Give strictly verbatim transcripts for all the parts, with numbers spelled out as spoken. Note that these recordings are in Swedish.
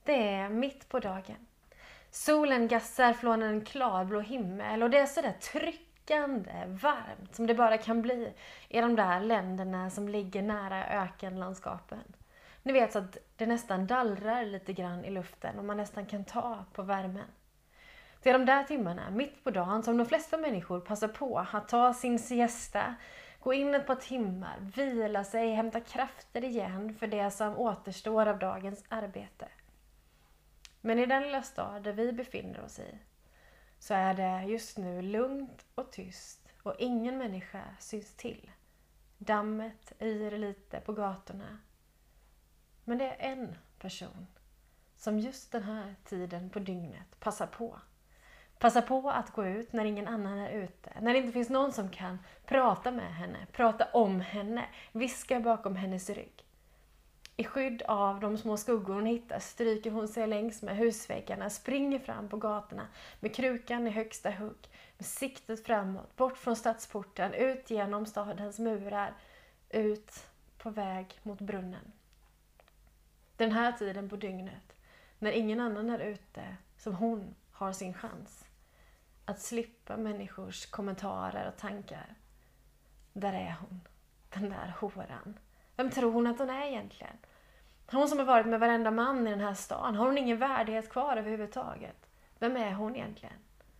Det är mitt på dagen. Solen gassar från en klarblå himmel och det är sådär tryckande varmt som det bara kan bli i de där länderna som ligger nära ökenlandskapen. Ni vet så att det nästan dallrar lite grann i luften och man nästan kan ta på värmen. Det är de där timmarna, mitt på dagen, som de flesta människor passar på att ta sin siesta, gå in ett par timmar, vila sig, hämta krafter igen för det som återstår av dagens arbete. Men i den lilla stad där vi befinner oss i så är det just nu lugnt och tyst och ingen människa syns till. Dammet yr lite på gatorna. Men det är en person som just den här tiden på dygnet passar på. Passar på att gå ut när ingen annan är ute. När det inte finns någon som kan prata med henne, prata om henne, viska bakom hennes rygg. I skydd av de små skuggor hon hittar stryker hon sig längs med husväggarna, springer fram på gatorna med krukan i högsta hugg, med siktet framåt, bort från stadsporten, ut genom stadens murar, ut på väg mot brunnen. Den här tiden på dygnet, när ingen annan är ute, som hon har sin chans att slippa människors kommentarer och tankar. Där är hon, den där horan. Vem tror hon att hon är egentligen? Hon som har varit med varenda man i den här stan, har hon ingen värdighet kvar överhuvudtaget? Vem är hon egentligen?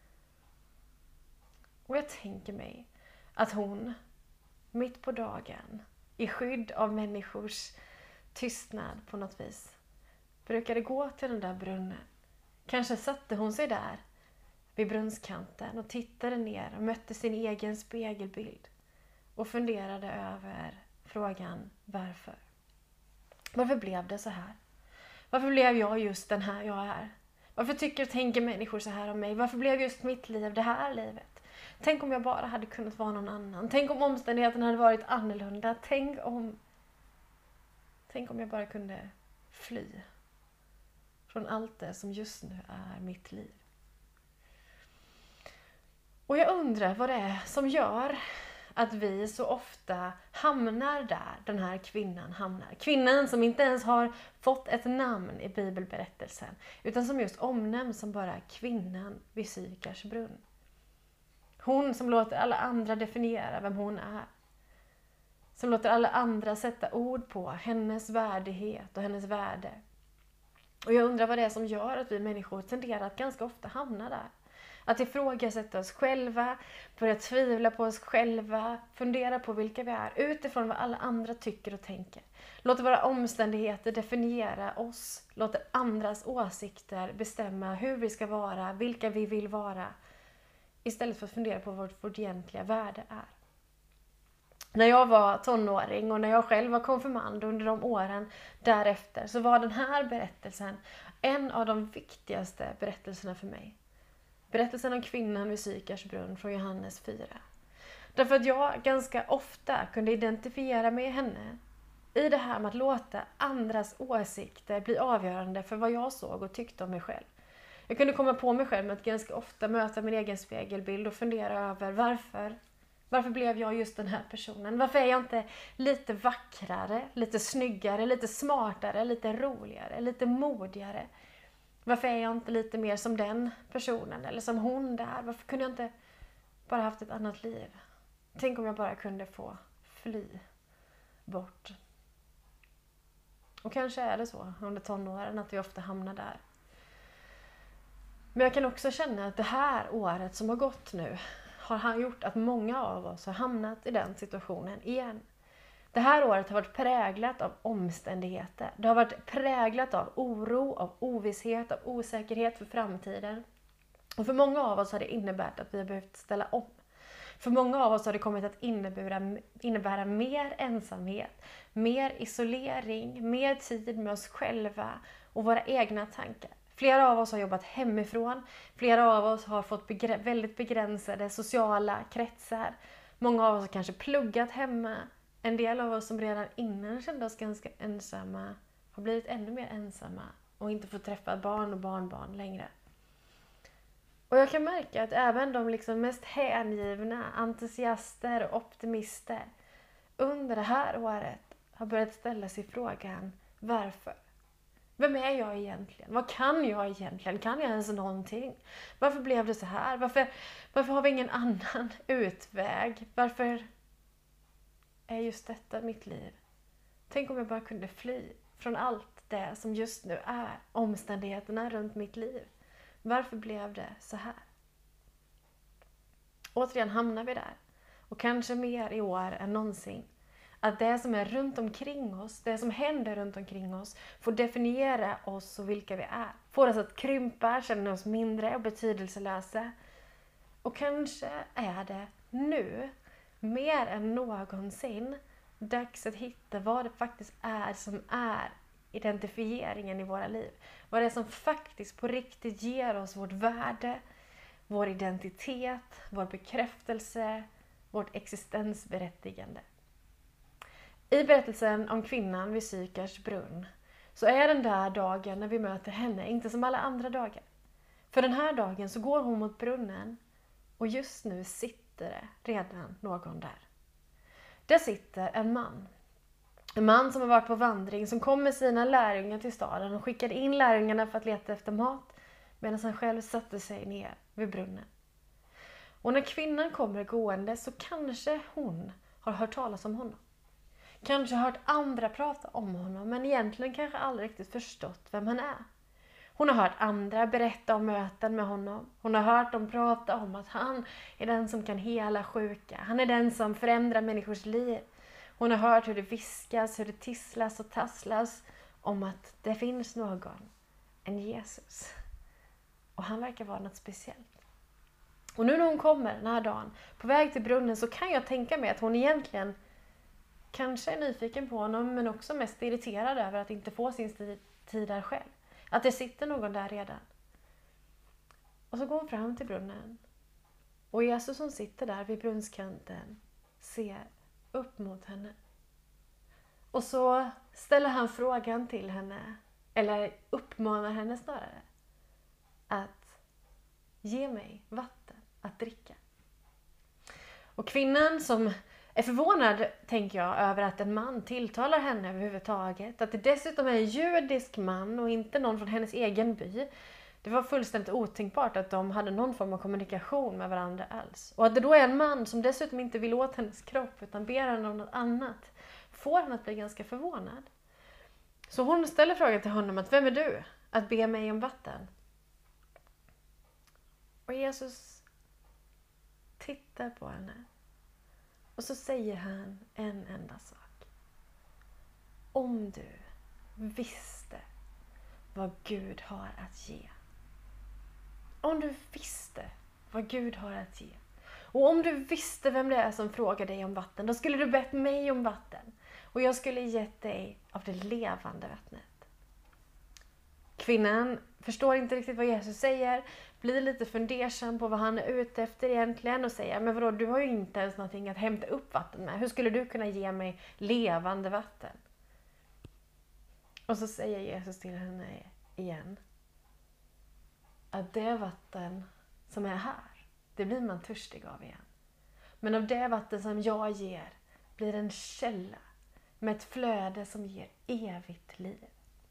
Och jag tänker mig att hon, mitt på dagen, i skydd av människors tystnad på något vis, brukade gå till den där brunnen. Kanske satte hon sig där vid brunnskanten och tittade ner och mötte sin egen spegelbild och funderade över frågan varför. Varför blev det så här? Varför blev jag just den här jag är? Varför tycker och tänker människor så här om mig? Varför blev just mitt liv det här livet? Tänk om jag bara hade kunnat vara någon annan. Tänk om omständigheterna hade varit annorlunda. Tänk om... Tänk om jag bara kunde fly från allt det som just nu är mitt liv. Och jag undrar vad det är som gör att vi så ofta hamnar där den här kvinnan hamnar. Kvinnan som inte ens har fått ett namn i bibelberättelsen, utan som just omnämns som bara kvinnan vid Sykars brunn. Hon som låter alla andra definiera vem hon är. Som låter alla andra sätta ord på hennes värdighet och hennes värde. Och jag undrar vad det är som gör att vi människor tenderar att ganska ofta hamna där. Att ifrågasätta oss själva, börja tvivla på oss själva, fundera på vilka vi är utifrån vad alla andra tycker och tänker. Låter våra omständigheter definiera oss, låter andras åsikter bestämma hur vi ska vara, vilka vi vill vara. Istället för att fundera på vad vårt egentliga värde är. När jag var tonåring och när jag själv var konfirmand under de åren därefter så var den här berättelsen en av de viktigaste berättelserna för mig. Berättelsen om kvinnan vid Sykars brunn från Johannes fyra. Därför att jag ganska ofta kunde identifiera med henne i det här med att låta andras åsikter bli avgörande för vad jag såg och tyckte om mig själv. Jag kunde komma på mig själv med att ganska ofta möta min egen spegelbild och fundera över varför. Varför blev jag just den här personen? Varför är jag inte lite vackrare, lite snyggare, lite smartare, lite roligare, lite modigare? Varför är jag inte lite mer som den personen eller som hon där? Varför kunde jag inte bara haft ett annat liv? Tänk om jag bara kunde få fly bort. Och kanske är det så under tonåren att vi ofta hamnar där. Men jag kan också känna att det här året som har gått nu har gjort att många av oss har hamnat i den situationen igen. Det här året har varit präglat av omständigheter. Det har varit präglat av oro, av ovisshet, av osäkerhet för framtiden. Och för många av oss har det inneburit att vi har behövt ställa om. För många av oss har det kommit att innebära, innebära mer ensamhet, mer isolering, mer tid med oss själva och våra egna tankar. Flera av oss har jobbat hemifrån. Flera av oss har fått begr- väldigt begränsade sociala kretsar. Många av oss har kanske pluggat hemma. En del av oss som redan innan kände oss ganska ensamma har blivit ännu mer ensamma och inte får träffa barn och barnbarn längre. Och jag kan märka att även de liksom mest hängivna entusiaster och optimister under det här året har börjat ställa sig frågan varför. Vem är jag egentligen? Vad kan jag egentligen? Kan jag ens någonting? Varför blev det så här? Varför, varför har vi ingen annan utväg? Varför är just detta mitt liv? Tänk om jag bara kunde fly från allt det som just nu är omständigheterna runt mitt liv. Varför blev det så här? Återigen hamnar vi där. Och kanske mer i år än någonsin. Att det som är runt omkring oss, det som händer runt omkring oss, får definiera oss och vilka vi är. Får oss att krympa, känna oss mindre och betydelselösa. Och kanske är det nu, mer än någonsin, dags att hitta vad det faktiskt är som är identifieringen i våra liv. Vad det är som faktiskt på riktigt ger oss vårt värde, vår identitet, vår bekräftelse, vårt existensberättigande. I berättelsen om kvinnan vid Sykars brunn så är den där dagen när vi möter henne inte som alla andra dagar. För den här dagen så går hon mot brunnen och just nu sitter det redan någon där. Där sitter en man. En man som har varit på vandring, som kom med sina lärjungar till staden och skickade in lärjungarna för att leta efter mat medan han själv satte sig ner vid brunnen. Och när kvinnan kommer gående så kanske hon har hört talas om honom. Kanske hört andra prata om honom, men egentligen kanske aldrig riktigt förstått vem han är. Hon har hört andra berätta om möten med honom. Hon har hört dem prata om att han är den som kan hela sjuka. Han är den som förändrar människors liv. Hon har hört hur det viskas, hur det tisslas och tasslas om att det finns någon, en Jesus. Och han verkar vara något speciellt. Och nu när hon kommer den här dagen på väg till brunnen så kan jag tänka mig att hon egentligen kanske är nyfiken på honom, men också mest irriterad över att inte få sin tid där själv. Att det sitter någon där redan. Och så går hon fram till brunnen. Och Jesus som sitter där vid brunnskanten ser upp mot henne. Och så ställer han frågan till henne, eller uppmanar henne snarare, att ge mig vatten att dricka. Och kvinnan som är förvånad, tänker jag, över att en man tilltalar henne överhuvudtaget. Att det dessutom är en judisk man och inte någon från hennes egen by. Det var fullständigt otänkbart att de hade någon form av kommunikation med varandra alls. Och att det då är en man som dessutom inte vill åt hennes kropp utan ber henne om något annat, får henne att bli ganska förvånad. Så hon ställer frågan till honom att vem är du att be mig om vatten? Och Jesus tittar på henne. Och så säger han en enda sak. Om du visste vad Gud har att ge. Om du visste vad Gud har att ge. Och om du visste vem det är som frågar dig om vatten, då skulle du bett mig om vatten. Och jag skulle gett dig av det levande vattnet. Kvinnan förstår inte riktigt vad Jesus säger, blir lite fundersam på vad han är ute efter egentligen och säger, men vadå, du har ju inte ens någonting att hämta upp vatten med. Hur skulle du kunna ge mig levande vatten? Och så säger Jesus till henne igen att det vatten som är här, det blir man törstig av igen. Men av det vatten som jag ger blir en källa med ett flöde som ger evigt liv.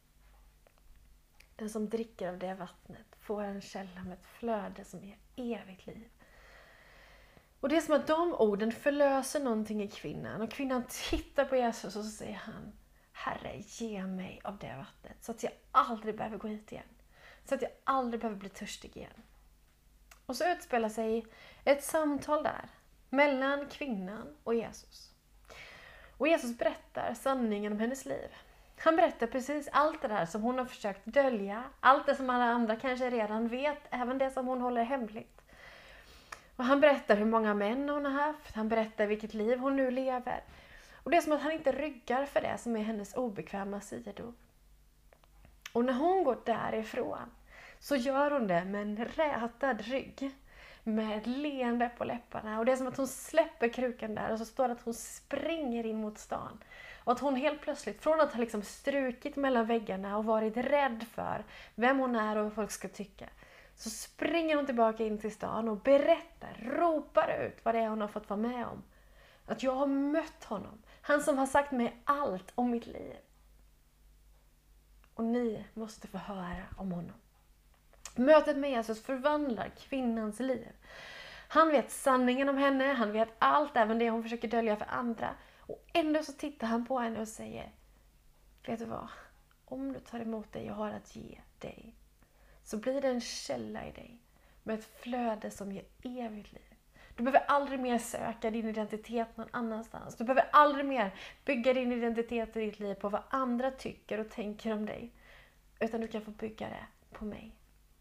Den som dricker av det vattnet får en källa med ett flöde som ger evigt liv. Och det är som att de orden förlöser någonting i kvinnan. Och kvinnan tittar på Jesus och så säger han, Herre, ge mig av det vattnet så att jag aldrig behöver gå hit igen. Så att jag aldrig behöver bli törstig igen. Och så utspelar sig ett samtal där mellan kvinnan och Jesus. Och Jesus berättar sanningen om hennes liv. Han berättar precis allt det där som hon har försökt dölja. Allt det som alla andra kanske redan vet. Även det som hon håller hemligt. Och han berättar hur många män hon har haft. Han berättar vilket liv hon nu lever. Och det är som att han inte ryggar för det som är hennes obekväma sidor. Och när hon går därifrån så gör hon det med en rätad rygg. Med ett leende på läpparna. Och det är som att hon släpper krukan där och så står det att hon springer in mot stan. Och att hon helt plötsligt, från att ha liksom strukit mellan väggarna och varit rädd för vem hon är och vad folk ska tycka, så springer hon tillbaka in till stan och berättar, ropar ut vad det är hon har fått vara med om. Att jag har mött honom. Han som har sagt mig allt om mitt liv. och ni måste få höra om honom. Mötet med Jesus förvandlar kvinnans liv. Han vet sanningen om henne, han vet allt, även det hon försöker dölja för andra. Och ändå så tittar han på henne och säger, vet du vad? Om du tar emot det jag har att ge dig, så blir det en källa i dig med ett flöde som ger evigt liv. Du behöver aldrig mer söka din identitet någon annanstans. Du behöver aldrig mer bygga din identitet i ditt liv på vad andra tycker och tänker om dig. Utan du kan få bygga det på mig.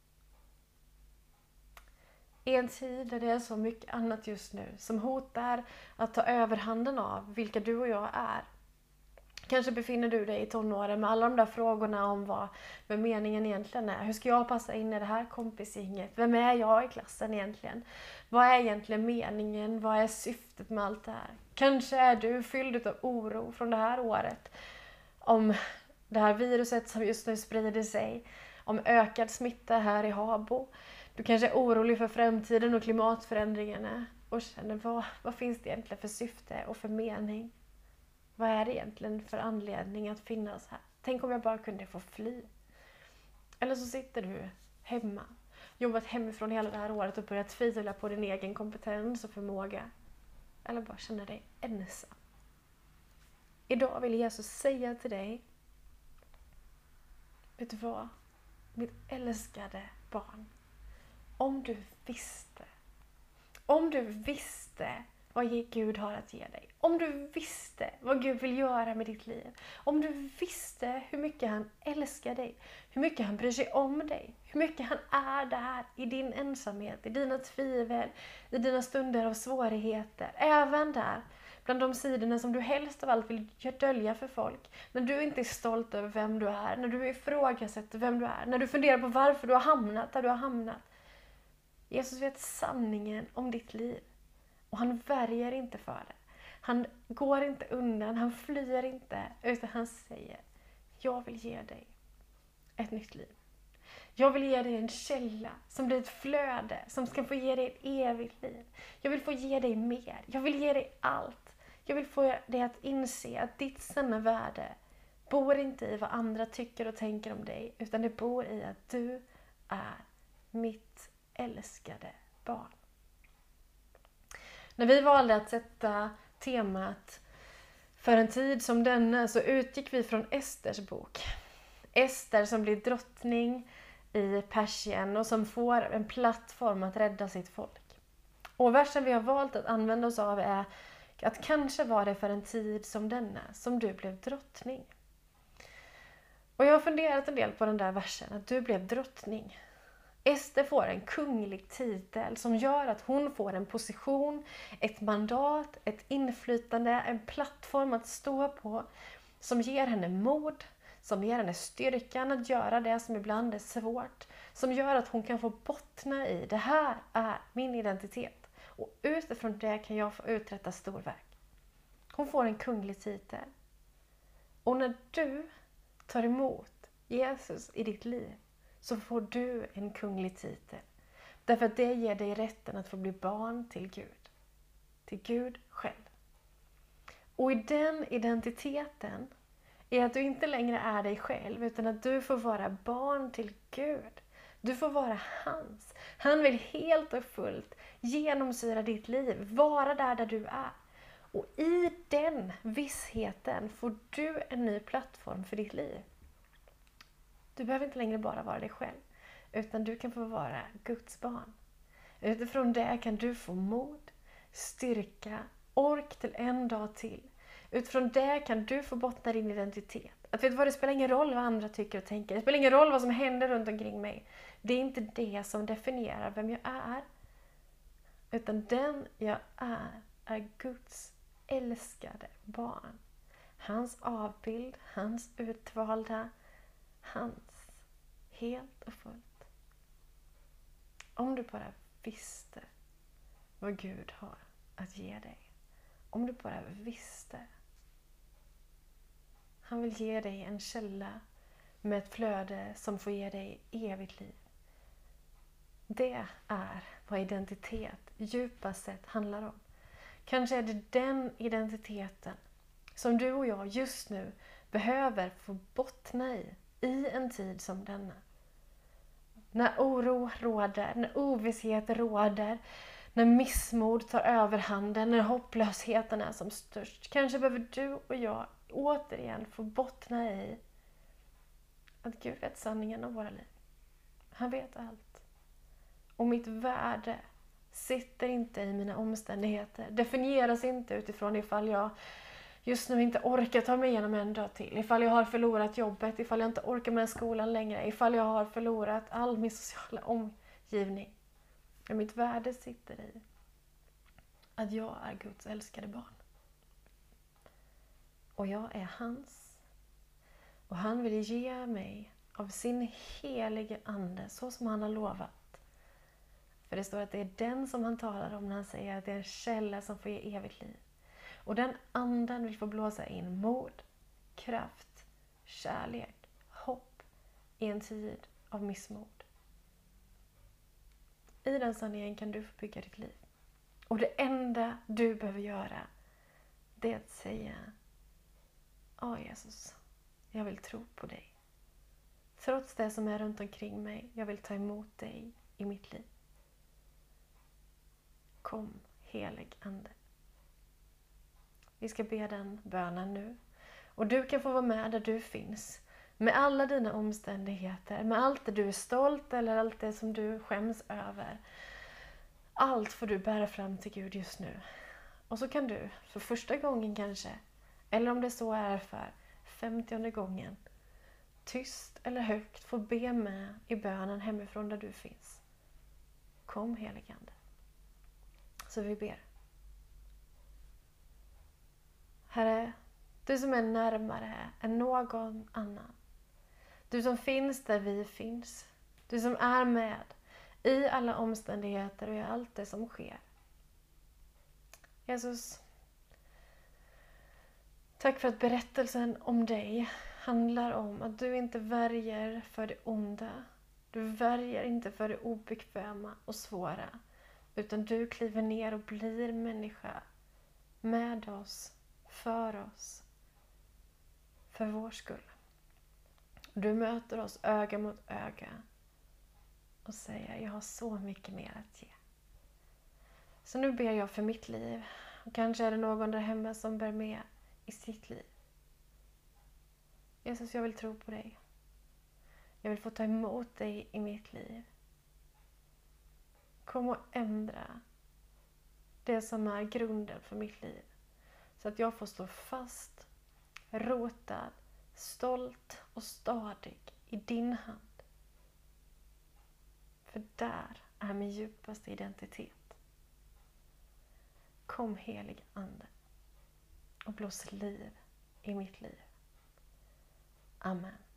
I en tid där det är så mycket annat just nu som hotar att ta överhanden av vilka du och jag är. Kanske befinner du dig i tonåren med alla de där frågorna om vad med meningen egentligen är. Hur ska jag passa in i det här kompisgänget? Vem är jag i klassen egentligen? Vad är egentligen meningen? Vad är syftet med allt det här? Kanske är du fylld av oro från det här året. Om det här viruset som just nu sprider sig. Om ökad smitta här i Habo. Du kanske är orolig för framtiden och klimatförändringarna. Och känner, vad, vad finns det egentligen för syfte och för mening? Vad är det egentligen för anledning att finnas här? Tänk om jag bara kunde få fly. Eller så sitter du hemma. Jobbat hemifrån hela det här året och börjat tvivla på din egen kompetens och förmåga. Eller bara känna dig ensam. Idag vill Jesus säga till dig. Vet du vad? Mitt älskade barn. Om du visste. Om du visste vad Gud har att ge dig. Om du visste vad Gud vill göra med ditt liv. Om du visste hur mycket han älskar dig. Hur mycket han bryr sig om dig. Hur mycket han är där i din ensamhet. I dina tvivel. I dina stunder av svårigheter. Även där. Bland de sidorna som du helst av allt vill dölja för folk. När du inte är stolt över vem du är. När du ifrågasätter vem du är. När du funderar på varför du har hamnat där du har hamnat. Jesus vet sanningen om ditt liv. Och han värjer inte för det. Han går inte undan, han flyr inte. Utan han säger, jag vill ge dig ett nytt liv. Jag vill ge dig en källa som blir ett flöde. Som ska få ge dig ett evigt liv. Jag vill få ge dig mer. Jag vill ge dig allt. Jag vill få dig att inse att ditt sanna värde bor inte i vad andra tycker och tänker om dig. Utan det bor i att du är mitt älskade barn. När vi valde att sätta temat för en tid som denna så utgick vi från Esters bok. Ester som blir drottning i Persien och som får en plattform att rädda sitt folk. Och versen vi har valt att använda oss av är att kanske var det för en tid som denna som du blev drottning. Och jag har funderat en del på den där versen, att du blev drottning. Ester får en kunglig titel som gör att hon får en position, ett mandat, ett inflytande, en plattform att stå på som ger henne mod, som ger henne styrkan att göra det som ibland är svårt, som gör att hon kan få bottna i det här är min identitet och utifrån det kan jag få uträtta storverk. Hon får en kunglig titel. Och när du tar emot Jesus i ditt liv så får du en kunglig titel. Därför att det ger dig rätten att få bli barn till Gud. Till Gud själv. Och i den identiteten är att du inte längre är dig själv. Utan att du får vara barn till Gud. Du får vara hans. Han vill helt och fullt genomsyra ditt liv. Vara där där du är. Och i den vissheten får du en ny plattform för ditt liv. Du behöver inte längre bara vara dig själv. Utan du kan få vara Guds barn. Utifrån det kan du få mod, styrka, ork till en dag till. Utifrån det kan du få bottna din identitet. Att vet du vad, det spelar ingen roll vad andra tycker och tänker. Det spelar ingen roll vad som händer runt omkring mig. Det är inte det som definierar vem jag är. Utan den jag är är Guds älskade barn. Hans avbild, hans utvalda, hans helt och fullt. Om du bara visste vad Gud har att ge dig. Om du bara visste. Han vill ge dig en källa med ett flöde som får ge dig evigt liv. Det är vad identitet djupast sett handlar om. Kanske är det den identiteten som du och jag just nu behöver få bottna i i en tid som denna. När oro råder, när ovisshet råder, när missmod tar överhanden, när hopplösheten är som störst. Kanske behöver du och jag återigen få bottna i att Gud vet sanningen om våra liv. Han vet allt. Och mitt värde sitter inte i mina omständigheter. Definieras inte utifrån ifall jag just nu inte orkar ta mig igenom en dag till. Ifall jag har förlorat jobbet, ifall jag inte orkar med skolan längre, ifall jag har förlorat all min sociala omgivning. Men mitt värde sitter i att jag är Guds älskade barn. Och jag är hans. Och han vill ge mig av sin helige ande så som han har lovat. För det står att det är den som han talar om när han säger att det är en källa som får ge evigt liv. Och den anden vill få blåsa in mod, kraft, kärlek, hopp i en tid av missmod. I den sanningen kan du få bygga ditt liv. Och det enda du behöver göra, det är att säga: Ja, Jesus, jag vill tro på dig. Trots det som är runt omkring mig, jag vill ta emot dig i mitt liv. Kom, helig ande. Vi ska be den bönen nu. Och du kan få vara med där du finns. Med alla dina omständigheter. Med allt det du är stolt eller allt det som du skäms över. Allt får du bära fram till Gud just nu. Och så kan du för första gången kanske, eller om det så är för femtionde gången, tyst eller högt få be med i bönen hemifrån där du finns. Kom, helige ande. Så vi ber. Herre, du som är närmare än någon annan. Du som finns där vi finns. Du som är med i alla omständigheter och i allt det som sker. Jesus, tack för att berättelsen om dig handlar om att du inte värjer för det onda. Du värjer inte för det obekväma och svåra. Utan du kliver ner och blir människa med oss, för oss, för vår skull. Du möter oss öga mot öga och säger: jag har så mycket mer att ge. Så nu ber jag för mitt liv. Och kanske är det någon där hemma som bär med i sitt liv. Jesus, jag vill tro på dig. Jag vill få ta emot dig i mitt liv. Kom och ändra det som är grunden för mitt liv. Så att jag får stå fast, rotad, stolt och stadig i din hand. För där är min djupaste identitet. Kom, helig ande, och blås liv i mitt liv. Amen.